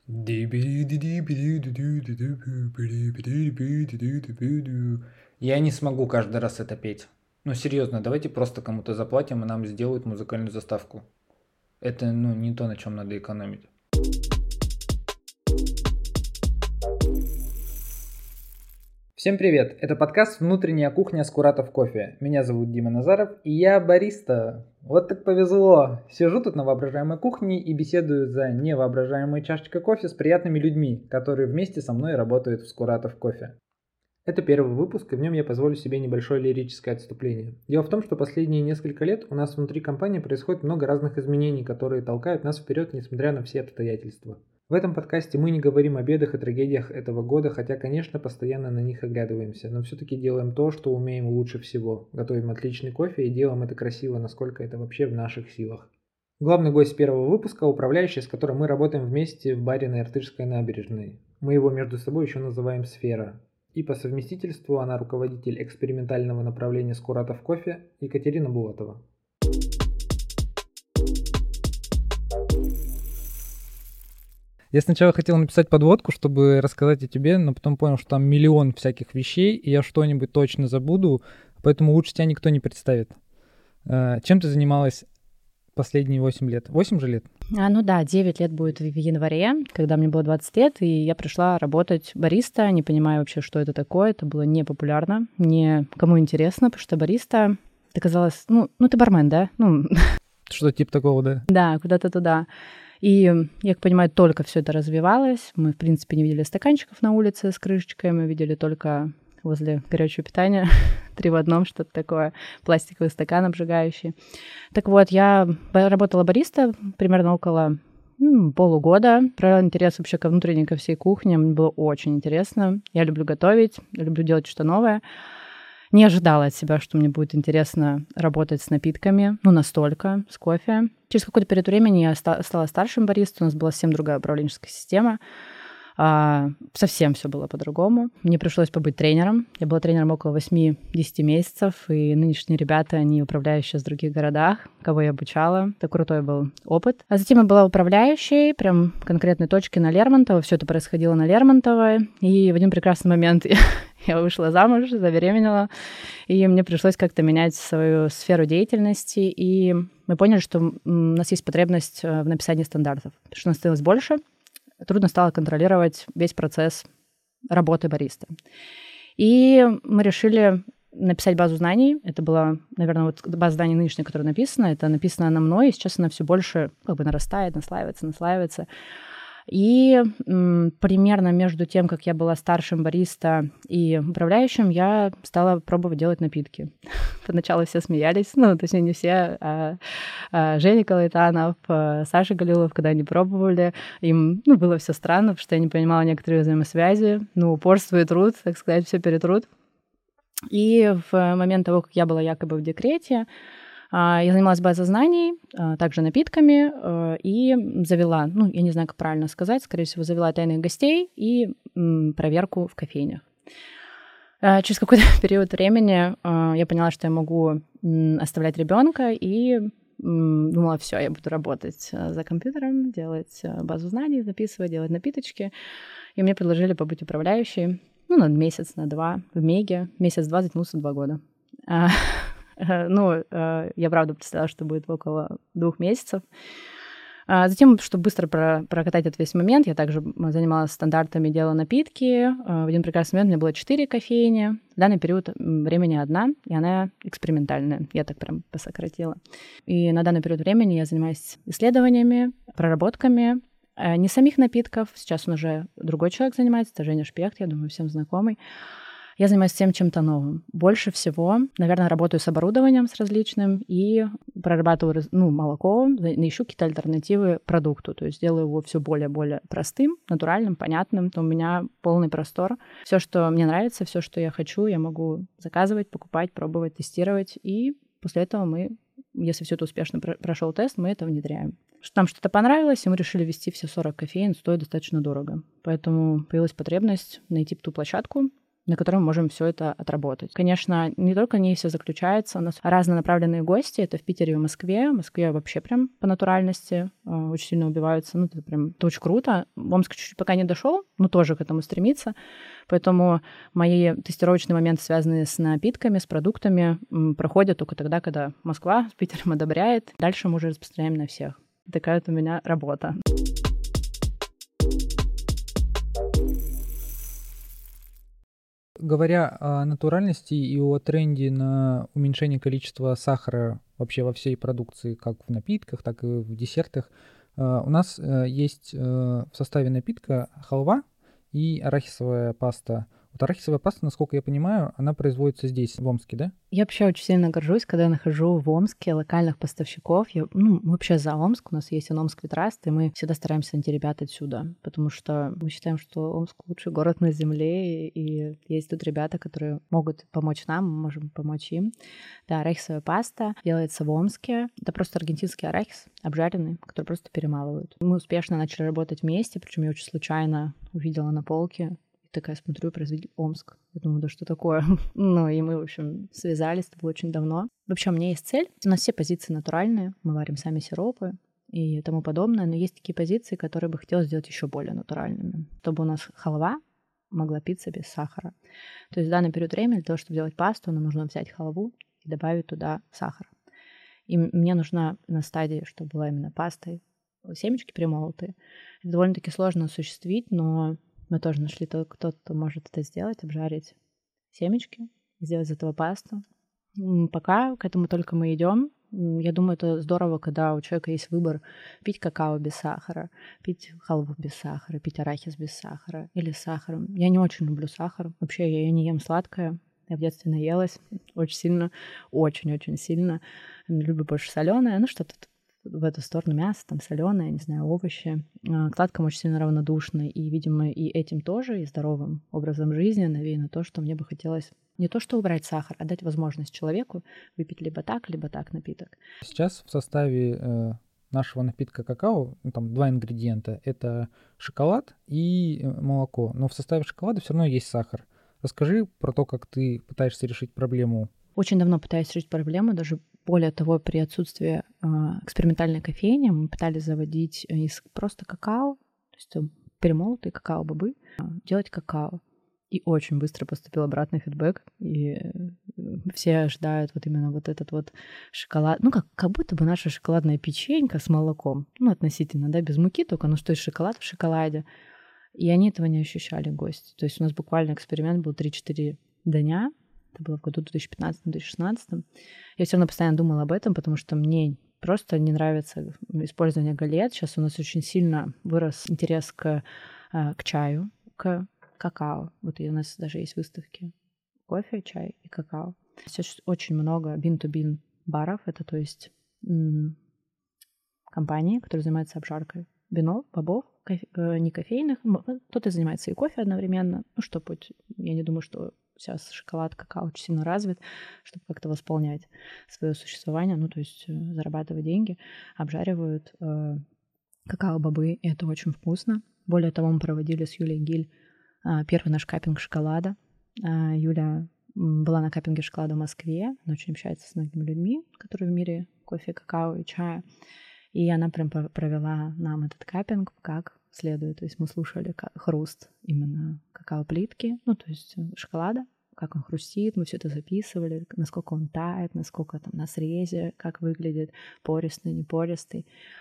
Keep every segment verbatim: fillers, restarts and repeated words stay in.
Я не смогу каждый раз это петь. Ну серьезно, давайте просто кому-то заплатим, и нам сделают музыкальную заставку. Это, ну, не то, на чем надо экономить. Всем привет! Это подкаст «Внутренняя кухня Скуратов кофе». Меня зовут Дима Назаров, и я бариста. Вот так повезло. Сижу тут на воображаемой кухне и беседую за невоображаемой чашечкой кофе с приятными людьми, которые вместе со мной работают в Скуратов кофе. Это первый выпуск, и в нем я позволю себе небольшое лирическое отступление. Дело в том, что последние несколько лет у нас внутри компании происходит много разных изменений, которые толкают нас вперед, несмотря на все обстоятельства. В этом подкасте мы не говорим о бедах и трагедиях этого года, хотя, конечно, постоянно на них оглядываемся, но все-таки делаем то, что умеем лучше всего. Готовим отличный кофе и делаем это красиво, насколько это вообще в наших силах. Главный гость первого выпуска – управляющий, с которым мы работаем вместе в баре на Иртышской набережной. Мы его между собой еще называем «Сфера». И по совместительству она руководитель экспериментального направления Скуратов кофе Екатерина Булатова. Я сначала хотел написать подводку, чтобы рассказать о тебе, но потом понял, что там миллион всяких вещей, и я что-нибудь точно забуду, поэтому лучше тебя никто не представит. Чем ты занималась последние восемь лет? восемь же лет? А, ну да, девять лет будет в январе, когда мне было двадцать лет, и я пришла работать бариста, не понимая вообще, что это такое. Это было непопулярно, не кому интересно, потому что бариста, это казалось, ну, ну ты бармен, да? Ну, что-то типа такого, да? Да, куда-то туда. И, я как понимаю, только все это развивалось. Мы, в принципе, не видели стаканчиков на улице с крышечкой, мы видели только возле горячего питания три в одном, что-то такое, пластиковый стакан обжигающий. Так вот, я работала бариста примерно около ну, полугода. Проявляла интерес вообще ко внутренней, ко всей кухне. Мне было очень интересно. Я люблю готовить, люблю делать что-то новое. Не ожидала от себя, что мне будет интересно работать с напитками, ну, настолько, с кофе. Через какой-то период времени я стала старшим баристой, у нас была совсем другая управленческая система. А, совсем все было по-другому. Мне пришлось побыть тренером. Я была тренером около восемь-десять месяцев, и нынешние ребята, они управляющие в других городах, кого я обучала. Это крутой был опыт. А затем я была управляющей, прям конкретной точки на Лермонтова. Все это происходило на Лермонтова, и в один прекрасный момент я, я вышла замуж, забеременела, и мне пришлось как-то менять свою сферу деятельности, и мы поняли, что у нас есть потребность в написании стандартов, потому что нас становилось больше. Трудно стало контролировать весь процесс работы бариста. И мы решили написать базу знаний. Это была, наверное, вот база знаний нынешняя, которая написана. Это написано она мной, и сейчас она все больше как бы нарастает, наслаивается, наслаивается. И м, примерно между тем, как я была старшим бариста и управляющим, я стала пробовать делать напитки. Поначалу все смеялись, ну, точнее, не все, а, а Женя Калайтанов, а Саша Галилов, когда они пробовали, им ну, было все странно, потому что я не понимала некоторые взаимосвязи, ну, упорство и труд, так сказать, все перетрут. И в момент того, как я была якобы в декрете, я занималась базой знаний, также напитками, и завела, ну, я не знаю, как правильно сказать, скорее всего, завела тайных гостей и проверку в кофейнях. Через какой-то период времени я поняла, что я могу оставлять ребенка, и думала, все, я буду работать за компьютером, делать базу знаний, записывать, делать напиточки. И мне предложили побыть управляющей, ну, на месяц, на два в Меге. Месяц-два затянулся два года. Ну, я правда представляла, что будет около двух месяцев. Затем, чтобы быстро прокатать этот весь момент, я также занималась стандартами, делала напитки. В один прекрасный момент у меня было четыре кофейни. В данный период времени одна, и она экспериментальная. Я так прям посократила. И на данный период времени я занимаюсь исследованиями, проработками не самих напитков. Сейчас он уже другой человек занимается, это Женя Шпехт, я думаю, всем знакомый. Я занимаюсь всем чем-то новым. Больше всего, наверное, работаю с оборудованием с различным и прорабатываю ну, молоко, ищу какие-то альтернативы продукту. То есть делаю его все более-более простым, натуральным, понятным. У меня полный простор. Все, что мне нравится, все, что я хочу, я могу заказывать, покупать, пробовать, тестировать. И после этого мы, если все это успешно прошел тест, мы это внедряем. Нам что-то понравилось, и мы решили вести все сорок кофеин, стоит достаточно дорого. Поэтому появилась потребность найти ту площадку, на котором мы можем все это отработать. Конечно, не только в ней все заключается. У нас разнонаправленные гости. Это в Питере и в Москве. В Москве вообще прям по натуральности э, очень сильно убиваются. Ну, это прям это очень круто. В Омск чуть-чуть пока не дошел, но тоже к этому стремится. Поэтому мои тестировочные моменты, связанные с напитками, с продуктами, м, проходят только тогда, когда Москва с Питером одобряет. Дальше мы уже распространяем на всех. Такая вот у меня работа. Говоря о натуральности и о тренде на уменьшение количества сахара вообще во всей продукции, как в напитках, так и в десертах, э, у нас э, есть э, в составе напитка халва и арахисовая паста. Вот арахисовая паста, насколько я понимаю, она производится здесь, в Омске, да? Я вообще очень сильно горжусь, когда я нахожу в Омске локальных поставщиков. Я, ну, мы вообще за Омск. У нас есть Омск Витраст, и мы всегда стараемся найти ребят отсюда, потому что мы считаем, что Омск лучший город на земле, и есть тут ребята, которые могут помочь нам, мы можем помочь им. Да, арахисовая паста делается в Омске. Это просто аргентинский арахис, обжаренный, который просто перемалывают. Мы успешно начали работать вместе, причем я очень случайно увидела на полке. Такая смотрю, производитель Омск. Я думаю, да что такое? Ну, и мы, в общем, связались, это было очень давно. Вообще, у меня есть цель. У нас все позиции натуральные, мы варим сами сиропы и тому подобное, но есть такие позиции, которые бы хотелось сделать еще более натуральными, чтобы у нас халва могла питься без сахара. То есть в данный период времени для того, чтобы делать пасту, нам нужно взять халву и добавить туда сахар. И мне нужна на стадии, чтобы была именно пастой, семечки перемолотые. Это довольно-таки сложно осуществить, но мы тоже нашли того, кто-то может это сделать, обжарить семечки, сделать из этого пасту. Пока к этому только мы идем. Я думаю, это здорово, когда у человека есть выбор пить какао без сахара, пить халву без сахара, пить арахис без сахара или с сахаром. Я не очень люблю сахар. Вообще я не ем сладкое. Я в детстве наелась очень сильно, очень-очень сильно. Люблю больше соленое, ну что-то в эту сторону, мясо, там соленое, не знаю, овощи. К сладкому очень сильно равнодушна. И, видимо, и этим тоже, и здоровым образом жизни навеяно то, что мне бы хотелось не то что убрать сахар, а дать возможность человеку выпить либо так, либо так напиток. Сейчас в составе э, нашего напитка какао, ну, там два ингредиента. Это шоколад и молоко. Но в составе шоколада все равно есть сахар. Расскажи про то, как ты пытаешься решить проблему. Очень давно пытаюсь решить проблему, даже более того, при отсутствии э, экспериментальной кофейни мы пытались заводить из просто какао, то есть перемолотые какао-бобы, э, делать какао. И очень быстро поступил обратный фидбэк, и все ожидают вот именно вот этот вот шоколад. Ну, как, как будто бы наша шоколадная печенька с молоком, ну, относительно, да, без муки только, ну, что есть шоколад в шоколаде. И они этого не ощущали, гости. То есть у нас буквально эксперимент был три-четыре дня. Это было в году две тысячи пятнадцатом - две тысячи шестнадцатом. Я все равно постоянно думала об этом, потому что мне просто не нравится использование галет. Сейчас у нас очень сильно вырос интерес к, к чаю, к какао. Вот и у нас даже есть выставки кофе, чай и какао. Сейчас очень много бин-ту-бин баров. Это, то есть, м- компании, которые занимаются обжаркой винов, бобов, кофе, э, не кофейных. Кто-то занимается и кофе одновременно. Ну, что путь. Я не думаю, что сейчас шоколад, какао очень сильно развит, чтобы как-то восполнять свое существование, ну, то есть э, зарабатывать деньги, обжаривают э, какао-бобы, и это очень вкусно. Более того, мы проводили с Юлией Гиль э, первый наш каппинг шоколада. Э, Юля была на каппинге шоколада в Москве, она очень общается с многими людьми, которые в мире кофе, какао и чая. И она прям провела нам этот каппинг как следует. То есть мы слушали хруст именно какао-плитки, ну, то есть шоколада, как он хрустит, мы все это записывали, насколько он тает, насколько там на срезе, как выглядит, пористый, не пористый.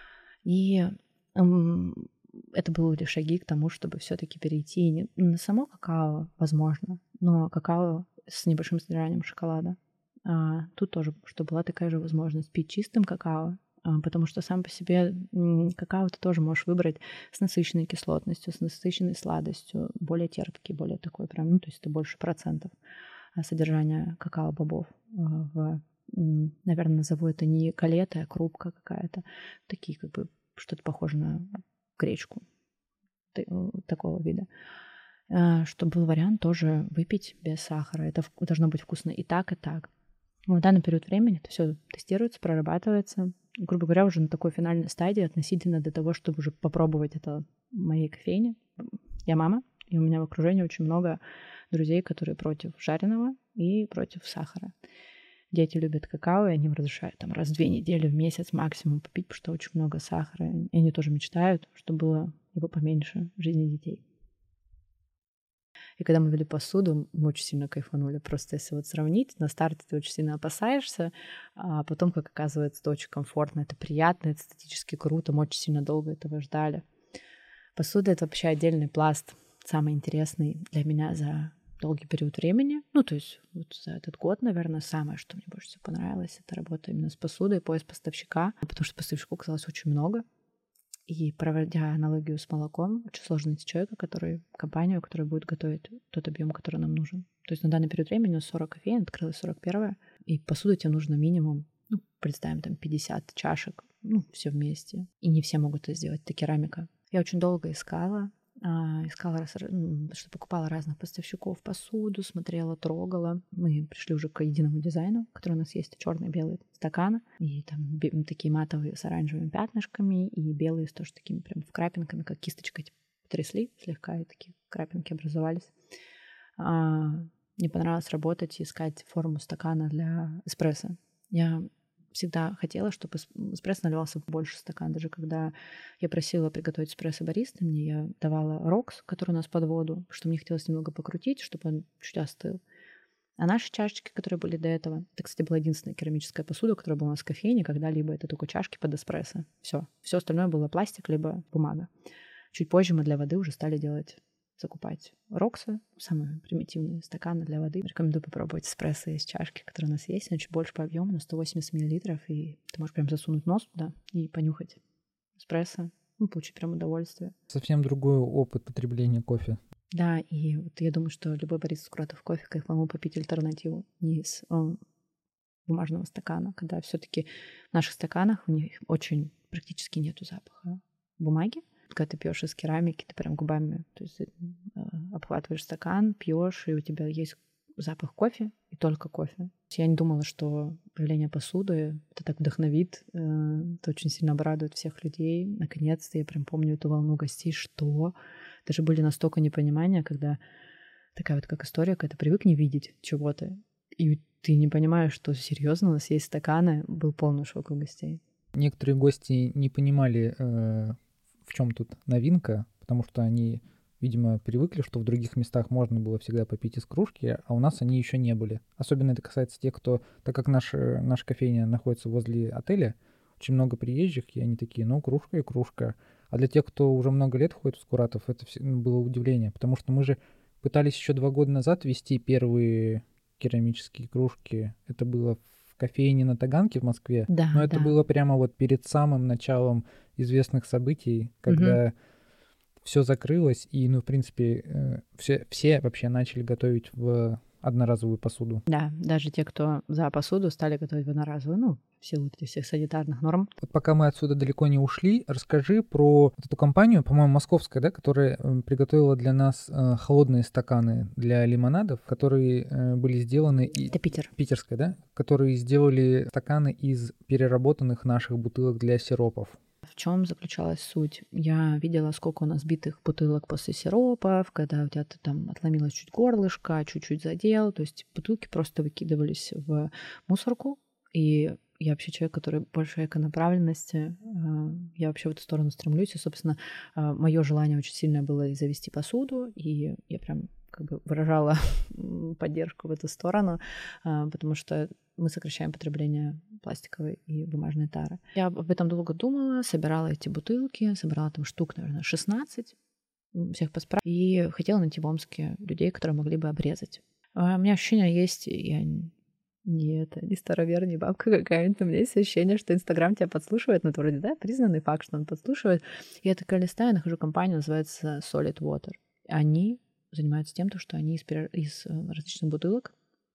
И эм, это были шаги к тому, чтобы все-таки перейти не на само какао, возможно, но какао с небольшим содержанием шоколада. А тут тоже, чтобы была такая же возможность пить чистым какао, потому что сам по себе какао ты тоже можешь выбрать с насыщенной кислотностью, с насыщенной сладостью, более терпкий, более такой прям, ну, то есть это больше процентов содержания какао-бобов. В, наверное, назову это не галета, а крупка какая-то. Такие как бы что-то похоже на гречку такого вида. Чтобы был вариант тоже выпить без сахара. Это должно быть вкусно и так, и так. В данный период времени это все тестируется, прорабатывается. Грубо говоря, уже на такой финальной стадии относительно до того, чтобы уже попробовать это в моей кофейне. Я мама, и у меня в окружении очень много друзей, которые против жареного и против сахара. Дети любят какао, и они им разрешают там раз в две недели, в месяц максимум попить, потому что очень много сахара. И они тоже мечтают, чтобы было его поменьше в жизни детей. И когда мы вели посуду, мы очень сильно кайфанули. Просто если вот сравнить, на старте ты очень сильно опасаешься, а потом, как оказывается, это очень комфортно, это приятно, это эстетически круто, мы очень сильно долго этого ждали. Посуда — это вообще отдельный пласт, самый интересный для меня за долгий период времени. Ну, то есть вот за этот год, наверное, самое, что мне больше всего понравилось, это работа именно с посудой, поиск поставщика, потому что поставщиков оказалось очень много. И проводя аналогию с молоком, очень сложно найти человека, который, компанию, которая будет готовить тот объем, который нам нужен. То есть на данный период времени у нас сорок кофеен, открылась сорок первая, и посуды тебе нужно минимум, ну, представим, там пятьдесят чашек, ну, все вместе. И не все могут это сделать, это керамика. Я очень долго искала, искала, что покупала разных поставщиков посуду, смотрела, трогала. Мы пришли уже к единому дизайну, который у нас есть, черный и белый стакан, и там такие матовые с оранжевыми пятнышками, и белые с тоже такими прям крапинками, как кисточкой трясли слегка, и такие крапинки образовались. А, мне понравилось работать и искать форму стакана для эспрессо. Я всегда хотела, чтобы эспрессо наливался в больше стакан. Даже когда я просила приготовить эспрессо бариста, мне я давала рокс, который у нас под воду, что мне хотелось немного покрутить, чтобы он чуть остыл. А наши чашечки, которые были до этого, это, кстати, была единственная керамическая посуда, которая была у нас в кофейне, когда-либо это только чашки под эспрессо. Все. Все остальное было пластик, либо бумага. Чуть позже мы для воды уже стали делать закупать роксы, самые примитивные стаканы для воды. Рекомендую попробовать эспрессо из чашки, которая у нас есть. Она чуть больше по объему, на сто восемьдесят миллилитров, и ты можешь прям засунуть нос туда и понюхать эспрессо, ну, получить прям удовольствие. Совсем другой опыт потребления кофе. Да, и вот я думаю, что любой бариста Скуратов кофе кайфанул попить альтернативу не из о, бумажного стакана, когда все-таки в наших стаканах у них очень практически нету запаха бумаги. Когда ты пьешь из керамики, ты прям губами, то есть э, обхватываешь стакан, пьешь, и у тебя есть запах кофе и только кофе. Я не думала, что появление посуды это так вдохновит, э, это очень сильно обрадует всех людей. Наконец-то я прям помню эту волну гостей, что даже были настолько непонимания, когда такая вот как история, когда ты привык не видеть чего-то, и ты не понимаешь, что серьезно у нас есть стаканы, был полный шок у гостей. Некоторые гости не понимали, э, в чем тут новинка, потому что они, видимо, привыкли, что в других местах можно было всегда попить из кружки, а у нас они еще не были. Особенно это касается тех, кто, так как наш, наша кофейня находится возле отеля, очень много приезжих, и они такие, ну, кружка и кружка. А для тех, кто уже много лет ходит в Скуратов, это было удивление, потому что мы же пытались еще два года назад вести первые керамические кружки. Это было в кофейне на Таганке в Москве, да, но это да. было прямо вот перед самым началом известных событий, когда угу. все закрылось, и, ну, в принципе, все, все вообще начали готовить в одноразовую посуду. Да, даже те, кто за посуду, стали готовить в одноразовую, ну, в силу этих всех санитарных норм. Вот пока мы отсюда далеко не ушли, расскажи про эту компанию, по-моему, московская, да, которая приготовила для нас э, холодные стаканы для лимонадов, которые э, были сделаны... И... Это Питер. Питерская, да? Которые сделали стаканы из переработанных наших бутылок для сиропов. В чем заключалась суть? Я видела, сколько у нас битых бутылок после сиропов, когда у тебя там отломилось чуть горлышко, чуть-чуть задел, то есть бутылки просто выкидывались в мусорку, и я вообще человек, который больше эконаправленности, я вообще в эту сторону стремлюсь, и, собственно, мое желание очень сильное было завести посуду, и я прям как бы выражала поддержку в эту сторону, потому что мы сокращаем потребление пластиковой и бумажной тары. Я об этом долго думала, собирала эти бутылки, собрала там штук, наверное, шестнадцать, всех посправить, и хотела найти в Омске людей, которые могли бы обрезать. У меня ощущение есть, я не это, не старовер, не бабка какая-нибудь, у меня есть ощущение, что Инстаграм тебя подслушивает, ну, это вроде, да, признанный факт, что он подслушивает. И я такая листаю, нахожу компанию, называется Solid Water. Они занимаются тем, что они из, из различных бутылок,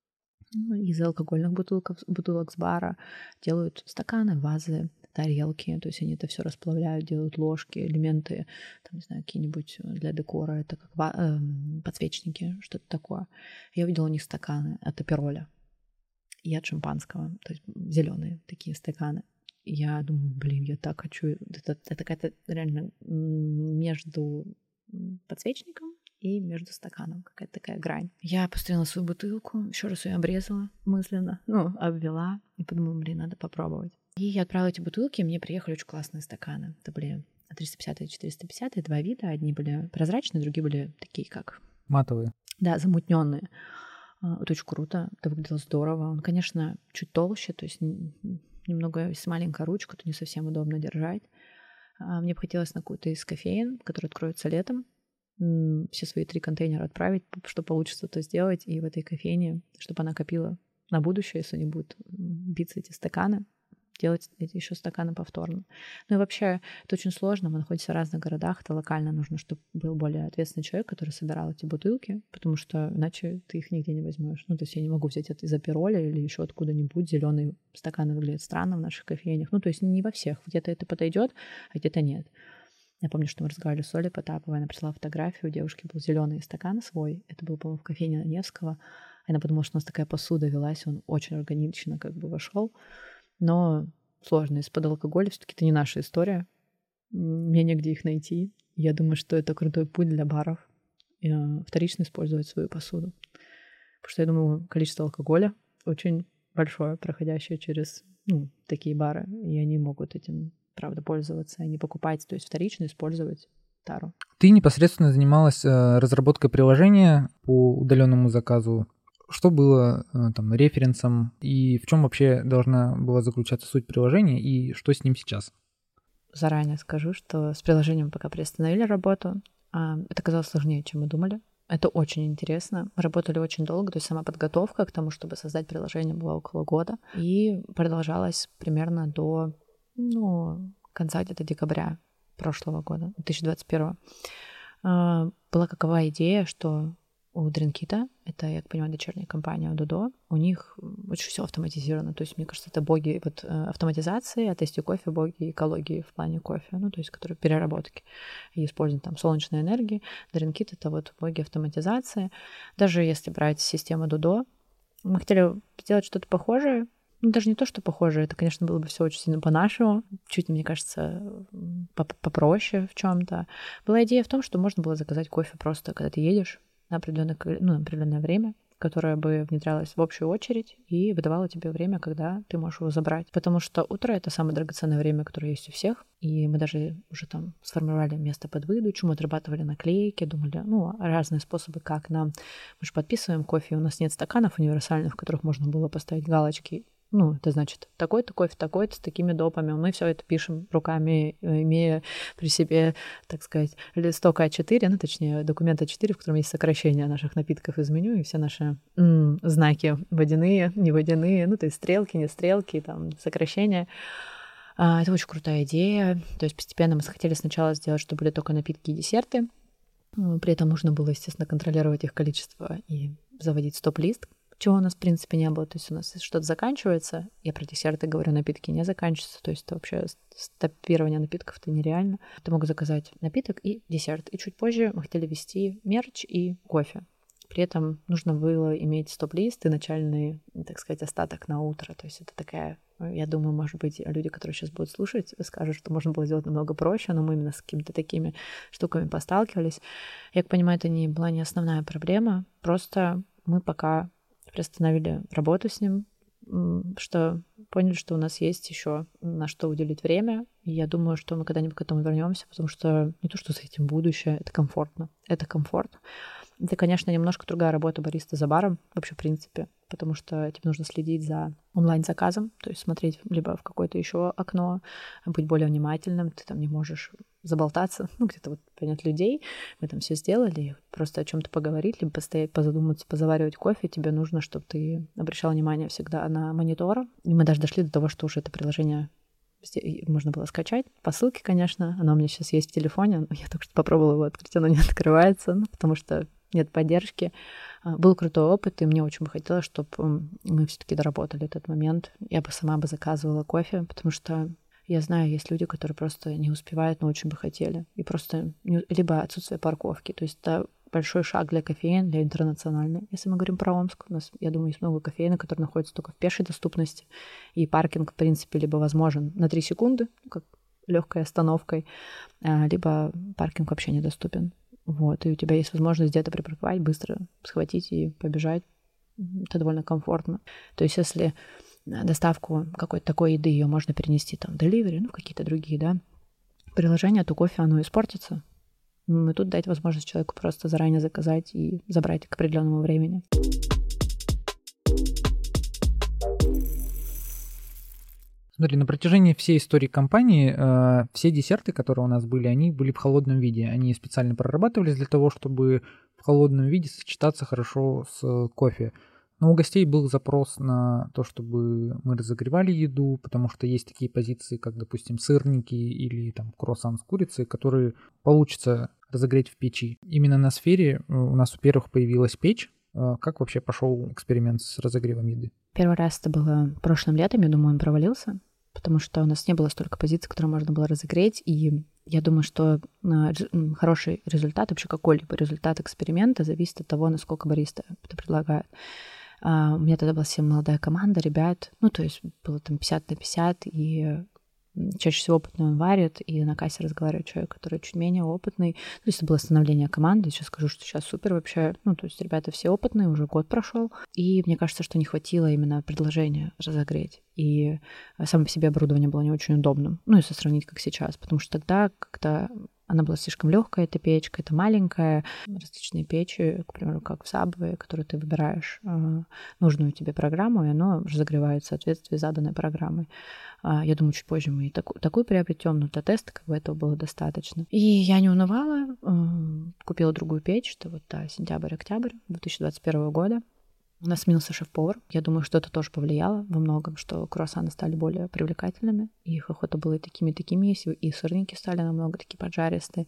из алкогольных бутылок, бутылок с бара делают стаканы, вазы, тарелки, то есть они это все расплавляют, делают ложки, элементы, там, не знаю, какие-нибудь для декора, это как э, подсвечники, что-то такое. Я видела у них стаканы от апероля и от шампанского, то есть зеленые такие стаканы. Я думаю, блин, я так хочу, это, это какая-то реально между подсвечником и между стаканом какая-то такая грань. Я поставила свою бутылку, еще раз ее обрезала мысленно, ну, обвела, и подумала, блин, надо попробовать. И я отправила эти бутылки, и мне приехали очень классные стаканы. Это были триста пятьдесят и четыреста пятьдесят, и два вида. Одни были прозрачные, другие были такие, как... Матовые. Да, замутненные. Это очень круто, это выглядело здорово. Он, конечно, чуть толще, то есть немного, если маленькая ручка, то не совсем удобно держать. Мне бы хотелось на какую-то из кофеин, который откроется летом, все свои три контейнера отправить, что получится, то сделать, и в этой кофейне, чтобы она копила на будущее, если не будут биться эти стаканы, делать эти еще стаканы повторно. Ну и вообще, это очень сложно, мы находимся в разных городах, это локально нужно, чтобы был более ответственный человек, который собирал эти бутылки, потому что иначе ты их нигде не возьмешь. Ну, то есть я не могу взять это из апероля или еще откуда-нибудь. Зеленые стаканы выглядят странно в наших кофейнях. Ну, то есть не во всех. Где-то это подойдет, а где-то нет. Я помню, что мы разговаривали с Олей Потаповой, она прислала фотографию, у девушки был зеленый стакан свой, это был, по-моему, в кофейне Невского. Она подумала, что у нас такая посуда велась, он очень органично как бы вошел. Но сложно. Из-под алкоголя все-таки это не наша история. Мне негде их найти. Я думаю, что это крутой путь для баров вторично использовать свою посуду. Потому что я думаю, количество алкоголя очень большое, проходящее через ну, такие бары, и они могут этим, правда, пользоваться, а не покупать, то есть вторично использовать тару. Ты непосредственно занималась разработкой приложения по удаленному заказу. Что было там референсом и в чем вообще должна была заключаться суть приложения и что с ним сейчас? Заранее скажу, что с приложением пока приостановили работу. Это оказалось сложнее, чем мы думали. Это очень интересно. Мы работали очень долго, то есть сама подготовка к тому, чтобы создать приложение, была около года. И продолжалась примерно до ну, конца где-то декабря прошлого года, две тысячи двадцать первого. Была какова идея, что у Drinkit, это, я понимаю, дочерняя компания у Додо, у них очень все автоматизировано. То есть, мне кажется, это боги вот, автоматизации, а Tasty Coffee боги экологии в плане кофе, ну, то есть, которые переработки и используют там солнечной энергии. Drinkit — это вот боги автоматизации. Даже если брать систему Додо, мы хотели сделать что-то похожее. Ну, даже не то, что похожее, это, конечно, было бы все очень сильно по-нашему, чуть, мне кажется, попроще в чем-то. Была идея в том, что можно было заказать кофе просто, когда ты едешь, на определенное, ну, на определенное время, которое бы внедрялось в общую очередь и выдавало тебе время, когда ты можешь его забрать. Потому что утро — это самое драгоценное время, которое есть у всех. И мы даже уже там сформировали место под выдачу, мы отрабатывали наклейки, думали, ну, разные способы, как нам... Мы же подписываем кофе, у нас нет стаканов универсальных, в которых можно было поставить галочки. Ну, это значит, такой-то кофе, такой-то, с такими допами. Мы все это пишем руками, имея при себе, так сказать, листок а четыре, ну, точнее, документ а четыре, в котором есть сокращение наших напитков из меню, и все наши м, знаки водяные, не водяные, ну, то есть стрелки, не стрелки, там, сокращения. А, это очень крутая идея. То есть постепенно мы хотели сначала сделать, чтобы были только напитки и десерты. При этом нужно было, естественно, контролировать их количество и заводить стоп-лист, чего у нас, в принципе, не было. То есть у нас что-то заканчивается, я про десерты говорю, напитки не заканчиваются, то есть это вообще стопирование напитков — это нереально. Ты мог заказать напиток и десерт. И чуть позже мы хотели ввести мерч и кофе. При этом нужно было иметь стоп-лист и начальный, так сказать, остаток на утро. То есть это такая, я думаю, может быть, люди, которые сейчас будут слушать, скажут, что можно было сделать намного проще, но мы именно с какими-то такими штуками посталкивались. Я понимаю, это не была не основная проблема, просто мы пока приостановили работу с ним, что поняли, что у нас есть еще на что уделить время. И я думаю, что мы когда-нибудь к этому вернемся, потому что не то, что с этим будущее, это комфортно. Это комфорт. Это, конечно, немножко другая работа бариста за баром, вообще в принципе, потому что тебе нужно следить за онлайн-заказом, то есть смотреть либо в какое-то еще окно, быть более внимательным, ты там не можешь заболтаться, ну, где-то вот понять людей. Мы там все сделали, просто о чем-то поговорить, либо постоять, позадуматься, позаваривать кофе. Тебе нужно, чтобы ты обращал внимание всегда на монитор. И мы даже дошли до того, что уже это приложение можно было скачать. По ссылке, конечно, оно у меня сейчас есть в телефоне. Я только что попробовала его открыть, оно не открывается, ну, потому что нет поддержки. Был крутой опыт, и мне очень бы хотелось, чтобы мы все-таки доработали этот момент. Я бы сама бы заказывала кофе, потому что я знаю, есть люди, которые просто не успевают, но очень бы хотели. И просто не... либо отсутствие парковки. То есть это большой шаг для кофеин, для интернациональной. Если мы говорим про Омск, у нас, я думаю, есть много кофеин, которые находятся только в пешей доступности. И паркинг, в принципе, либо возможен на три секунды, как легкой остановкой, либо паркинг вообще недоступен. вот, и у тебя есть возможность где-то припарковать, быстро схватить и побежать. Это довольно комфортно. То есть если доставку какой-то такой еды ее можно перенести там в delivery, ну, в какие-то другие, да, приложения, то кофе, оно испортится. И тут дать возможность человеку просто заранее заказать и забрать к определенному времени. Смотри, на протяжении всей истории компании э, все десерты, которые у нас были, они были в холодном виде. Они специально прорабатывались для того, чтобы в холодном виде сочетаться хорошо с кофе. Но у гостей был запрос на то, чтобы мы разогревали еду, потому что есть такие позиции, как, допустим, сырники или там круассан с курицей, которые получится разогреть в печи. Именно на сфере у нас, во-первых, появилась печь. Как вообще пошел эксперимент с разогревом еды? Первый раз это было прошлым летом, я думаю, он провалился, потому что у нас не было столько позиций, которые можно было разогреть, и я думаю, что хороший результат, вообще какой-либо результат эксперимента зависит от того, насколько бариста это предлагает. Uh, у меня тогда была совсем молодая команда ребят, ну, то есть было там пятьдесят на пятьдесят, и чаще всего опытный он варит, и на кассе разговаривает человек, который чуть менее опытный. То есть это было становление команды, сейчас скажу, что сейчас супер вообще, ну, то есть ребята все опытные, уже год прошел, и мне кажется, что не хватило именно предложения разогреть, и само по себе оборудование было не очень удобным, ну, если сравнить как сейчас, потому что тогда как-то она была слишком легкая, эта печка, это маленькая. Различные печи, к примеру, как в Subway, которые ты выбираешь э, нужную тебе программу, и оно разогревает в соответствии с заданной программой. Э, я думаю, чуть позже мы и таку, такую приобретем, но для теста как бы этого было достаточно. И я не унывала, э, купила другую печь, это вот да, сентябрь-октябрь две тысячи двадцать первого года. У нас сменился шеф-повар. Я думаю, что это тоже повлияло во многом, что круассаны стали более привлекательными. И их охота была и такими, и такими. И сырники стали намного такие поджаристые.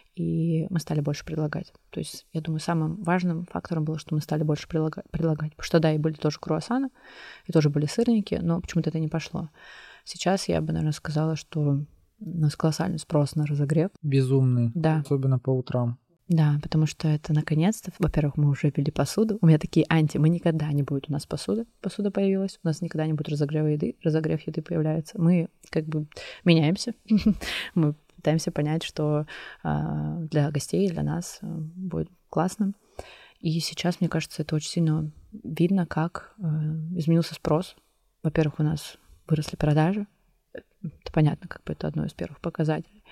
И мы стали больше предлагать. То есть, я думаю, самым важным фактором было, что мы стали больше предлагать. предлагать. Потому что, да, и были тоже круассаны, и тоже были сырники, но почему-то это не пошло. Сейчас я бы, наверное, сказала, что у нас колоссальный спрос на разогрев. Безумный. Да. Особенно по утрам. Да, потому что это наконец-то, во-первых, мы уже ввели посуду. У меня такие анти, мы никогда не будет у нас посуда. Посуда появилась, у нас никогда не будет разогрева еды, разогрев еды появляется. Мы как бы меняемся, мы пытаемся понять, что для гостей, для нас будет классно. И сейчас, мне кажется, это очень сильно видно, как изменился спрос. Во-первых, у нас выросли продажи. Это понятно, как бы это одно из первых показателей.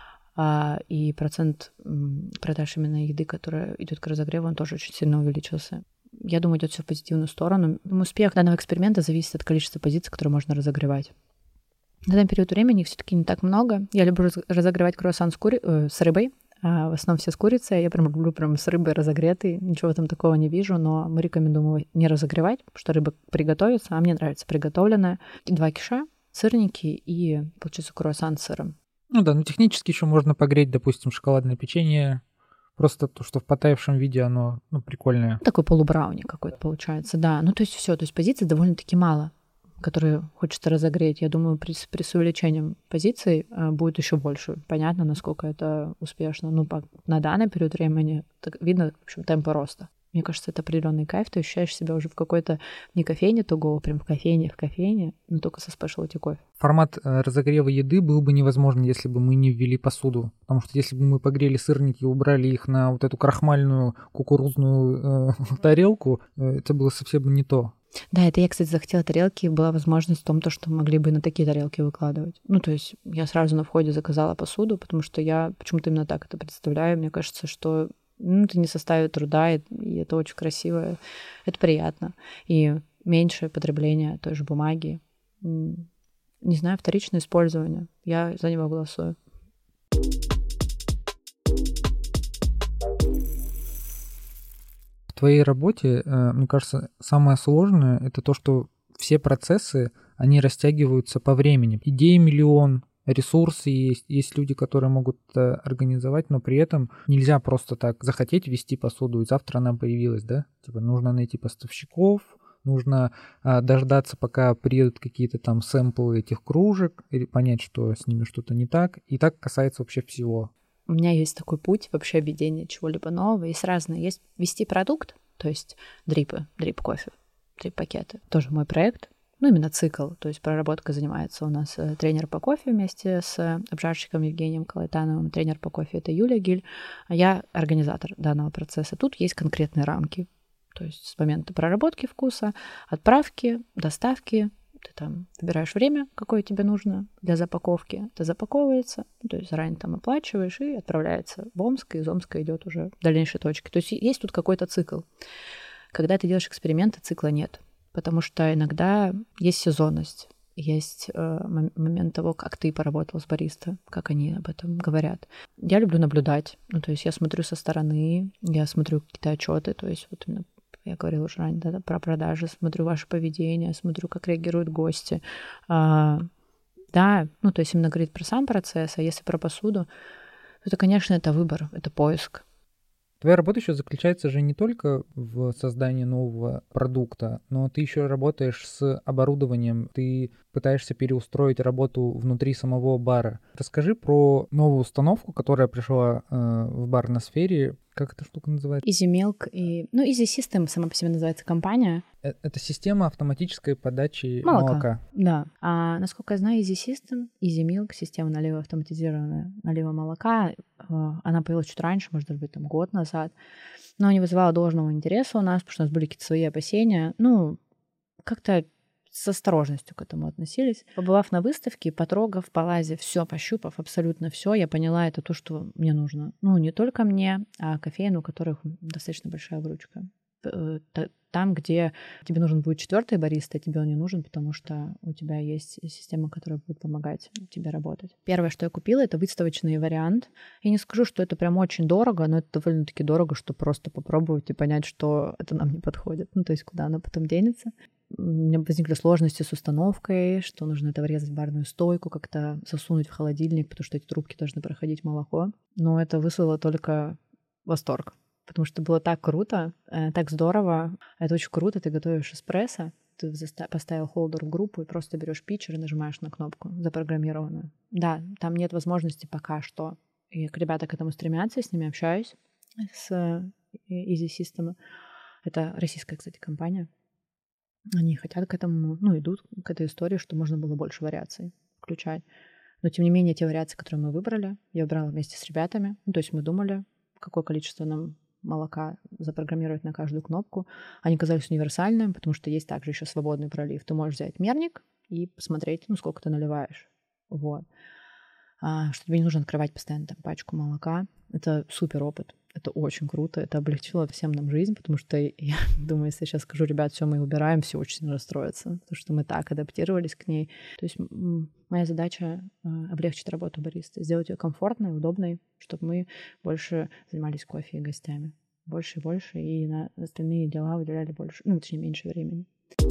А, и процент продаж именно еды, которая идет к разогреву, он тоже очень сильно увеличился. Я думаю, идет все в позитивную сторону. Успех данного эксперимента зависит от количества позиций, которые можно разогревать. На данный период времени их все-таки не так много. Я люблю разогревать круассан с, кури... э, с рыбой. А в основном все с курицей. Я прям люблю прям с рыбой разогретый. Ничего в этом такого не вижу, но мы рекомендуем его не разогревать, потому что рыба приготовится, а мне нравится приготовленная. Два киша, сырники и, получается, круассан с сыром. Ну да, ну технически еще можно погреть, допустим, шоколадное печенье. Просто то, что в потаявшем виде, оно, ну, прикольное. Такой полубрауни какой-то получается, да. Ну, то есть все, то есть позиций довольно-таки мало, которые хочется разогреть. Я думаю, при, при с увеличением позиций э, будет еще больше. Понятно, насколько это успешно. Ну, по, на данный период времени так видно, в общем, темпы роста. Мне кажется, это определенный кайф. Ты ощущаешь себя уже в какой-то не кофейне туго, прям в кофейне, в кофейне, но только со спешлти кофе. Формат разогрева еды был бы невозможен, если бы мы не ввели посуду. Потому что если бы мы погрели сырники и убрали их на вот эту крахмальную кукурузную э, тарелку, э, это было совсем не то. Да, это я, кстати, захотела тарелки, и была возможность в том, то, что могли бы на такие тарелки выкладывать. Ну, то есть я сразу на входе заказала посуду, потому что я почему-то именно так это представляю. Мне кажется, что ну, это не составит труда, и, и это очень красиво, это приятно. И меньшее потребление той же бумаги. Не знаю, вторичное использование. Я за него голосую. В твоей работе, мне кажется, самое сложное — это то, что все процессы, они растягиваются по времени. Идей миллион, ресурсы есть, есть люди, которые могут это организовать, но при этом нельзя просто так захотеть вести посуду, и завтра она появилась, да? Типа нужно найти поставщиков, нужно а, дождаться, пока приедут какие-то там сэмплы этих кружек, или понять, что с ними что-то не так. И так касается вообще всего. У меня есть такой путь вообще введения чего-либо нового. Есть разные. Есть ввести продукт, то есть дрипы, дрип-кофе, дрип-пакеты. Тоже мой проект. ну, именно цикл. То есть проработкой занимается у нас тренер по кофе вместе с обжарщиком Евгением Калайтановым. Тренер по кофе — это Юлия Гиль, а я организатор данного процесса. Тут есть конкретные рамки. То есть с момента проработки вкуса, отправки, доставки, ты там выбираешь время, какое тебе нужно для запаковки. Это запаковывается, то есть заранее там оплачиваешь и отправляется в Омск, и из Омска идет уже в дальнейшие точки. То есть есть тут какой-то цикл. Когда ты делаешь эксперименты, цикла нет, потому что иногда есть сезонность, есть э, момент того, как ты поработал с бариста, как они об этом говорят. Я люблю наблюдать, ну, то есть я смотрю со стороны, я смотрю какие-то отчеты, то есть вот именно я говорила уже ранее, да, про продажи, смотрю ваше поведение, смотрю, как реагируют гости. А, да, ну, то есть именно говорить про сам процесс, а если про посуду, то, это, конечно, это выбор, это поиск. Твоя работа еще заключается же не только в создании нового продукта, но ты еще работаешь с оборудованием, ты пытаешься переустроить работу внутри самого бара. Расскажи про новую установку, которая пришла э, в бар на сфере. Как эта штука называется? Easy Milk и... Ну, Easy System сама по себе называется компания. Это система автоматической подачи молока. молока. Да. А насколько я знаю, Easy System, Easy Milk, система налива автоматизированная, налива молока, она появилась чуть раньше, может быть, там год назад, но не вызывала должного интереса у нас, потому что у нас были какие-то свои опасения. Ну, как-то с осторожностью к этому относились. Побывав на выставке, потрогав, полазив, все, пощупав, абсолютно все, я поняла, это то, что мне нужно. Ну, не только мне, а кофеин, у которых достаточно большая выручка. Там, где тебе нужен будет четвертый бариста, тебе он не нужен, потому что у тебя есть система, которая будет помогать тебе работать. Первое, что я купила, это выставочный вариант. Я не скажу, что это прям очень дорого, но это довольно-таки дорого, чтобы просто попробовать и понять, что это нам не подходит. Ну, то есть куда оно потом денется. У меня возникли сложности с установкой, что нужно это врезать в барную стойку, как-то засунуть в холодильник, потому что эти трубки должны проходить молоко. Но это вызвало только восторг. Потому что было так круто, э, так здорово. Это очень круто, ты готовишь эспрессо, ты заста- поставил холдер в группу и просто берешь питчер и нажимаешь на кнопку запрограммированную. Да, там нет возможности пока что. И ребята к этому стремятся, я с ними общаюсь, с Easy System. Это российская, кстати, компания. Они хотят к этому, ну, идут к этой истории, что можно было больше вариаций включать. Но, тем не менее, те вариации, которые мы выбрали, я выбрала вместе с ребятами. Ну, то есть мы думали, какое количество нам молока запрограммировать на каждую кнопку. Они казались универсальными, потому что есть также еще свободный пролив. Ты можешь взять мерник и посмотреть, ну, сколько ты наливаешь. Вот. А, что тебе не нужно открывать постоянно там пачку молока. Это супер опыт. Это очень круто. Это облегчило всем нам жизнь, потому что я думаю, если я сейчас скажу, ребят, все, мы убираем, все очень сильно расстроятся, потому что мы так адаптировались к ней. То есть моя задача — облегчить работу бариста, сделать ее комфортной, удобной, чтобы мы больше занимались кофе и гостями. Больше и больше, и на остальные дела выделяли больше, ну, точнее, меньше времени.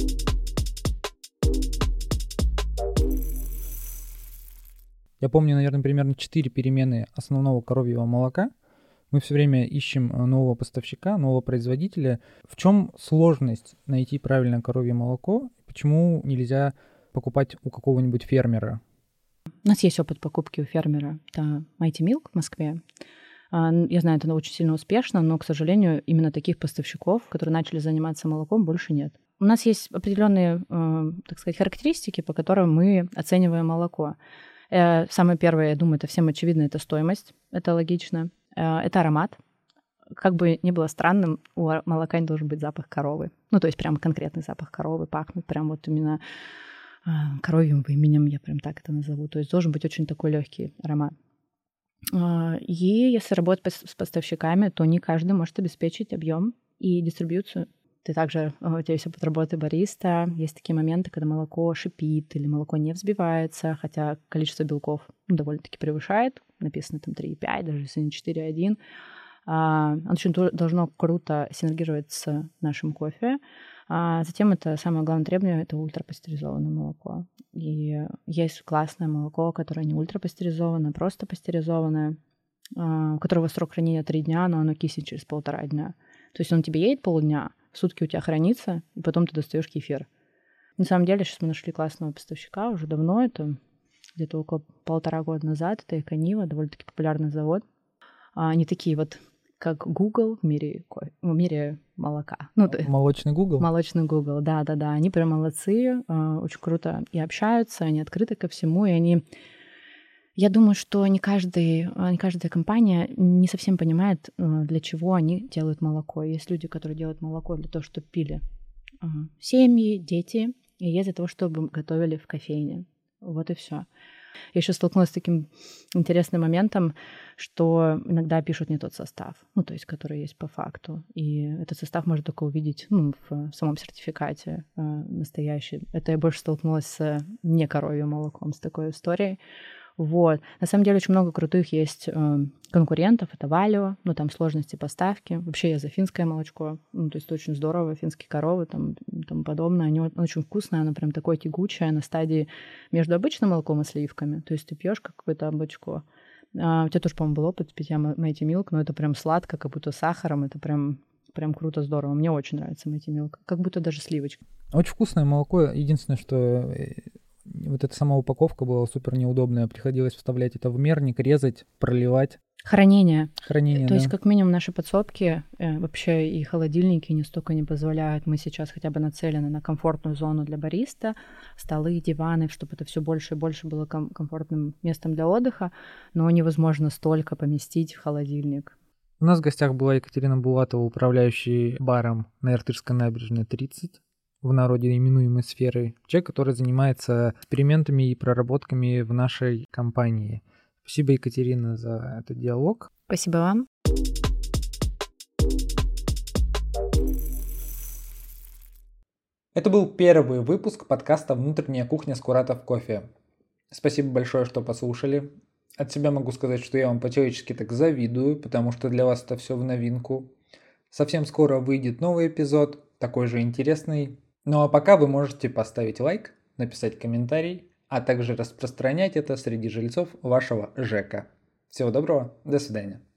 Я помню, наверное, примерно четыре перемены основного коровьего молока. Мы все время ищем нового поставщика, нового производителя. В чем сложность найти правильное коровье молоко? Почему нельзя покупать у какого-нибудь фермера? У нас есть опыт покупки у фермера. Это Mighty Milk в Москве. Я знаю, это очень сильно успешно, но, к сожалению, именно таких поставщиков, которые начали заниматься молоком, больше нет. У нас есть определенные, так сказать, характеристики, по которым мы оцениваем молоко. Самое первое, я думаю, это всем очевидно, это стоимость. Это логично. Это аромат. Как бы ни было странным, у молока не должен быть запах коровы. Ну, то есть прям конкретный запах коровы, пахнет прям вот именно коровьим именем, я прям так это назову. То есть должен быть очень такой легкий аромат. И если работать с поставщиками, то не каждый может обеспечить объем и дистрибьюцию. Ты также, у тебя есть опыт работы бариста, есть такие моменты, когда молоко шипит или молоко не взбивается, хотя количество белков ну, довольно-таки превышает, написано там три и пять, даже если не четыре и один. Оно очень должно круто синергировать с нашим кофе. А затем это самое главное требование — это ультрапастеризованное молоко. И есть классное молоко, которое не ультрапастеризованное, просто пастеризованное, у которого срок хранения три дня, но оно киснет через полтора дня. То есть он тебе едет полдня, сутки у тебя хранится, и потом ты достаешь кефир. На самом деле, сейчас мы нашли классного поставщика уже давно, это где-то около полтора года назад, это Эконива, довольно-таки популярный завод. Они такие вот как Google в мире, ко- в мире молока. Ну, то есть Молочный Google? молочный Google, да-да-да. Они прям молодцы, э, очень круто и общаются, они открыты ко всему, и они... Я думаю, что не, каждый, а, не каждая компания не совсем понимает, э, для чего они делают молоко. Есть люди, которые делают молоко для того, чтобы пили э, семьи, дети, и есть для того, чтобы готовили в кофейне. Вот и все. Я еще столкнулась с таким интересным моментом, что иногда пишут не тот состав, ну, то есть, который есть по факту. И этот состав можно только увидеть, ну, в, в самом сертификате э, настоящий. Это я больше столкнулась с не коровьим молоком, с такой историей. Вот. На самом деле очень много крутых есть э, конкурентов. Это Валио, ну там сложности поставки. Вообще я за финское молочко. Ну, то есть это очень здорово. Финские коровы там, тому подобное. Они очень вкусные, оно прям такое тягучее на стадии между обычным молоком и сливками. То есть ты пьешь какое-то молочко. А, у тебя тоже, по-моему, был опыт питья Mighty Milk, но это прям сладко, как будто с сахаром. Это прям, прям круто, здорово. Мне очень нравится Mighty Milk. Как будто даже сливочка. Очень вкусное молоко. Единственное, что вот эта сама упаковка была супер неудобная. Приходилось вставлять это в мерник, резать, проливать. Хранение. Хранение, То да. есть, как минимум, наши подсобки, э, вообще и холодильники не столько не позволяют. Мы сейчас хотя бы нацелены на комфортную зону для бариста, столы, диваны, чтобы это все больше и больше было ком- комфортным местом для отдыха, но невозможно столько поместить в холодильник. У нас в гостях была Екатерина Булатова, управляющий баром на Иртышской набережной тридцать, в народе именуемой сферой. Человек, который занимается экспериментами и проработками в нашей компании. Спасибо, Екатерина, за этот диалог. Спасибо вам. Это был первый выпуск подкаста «Внутренняя кухня Скуратов Кофе». Спасибо большое, что послушали. От себя могу сказать, что я вам по-человечески так завидую, потому что для вас это все в новинку. Совсем скоро выйдет новый эпизод, такой же интересный. Ну а пока вы можете поставить лайк, написать комментарий, а также распространять это среди жильцов вашего ЖЭКа. Всего доброго, до свидания.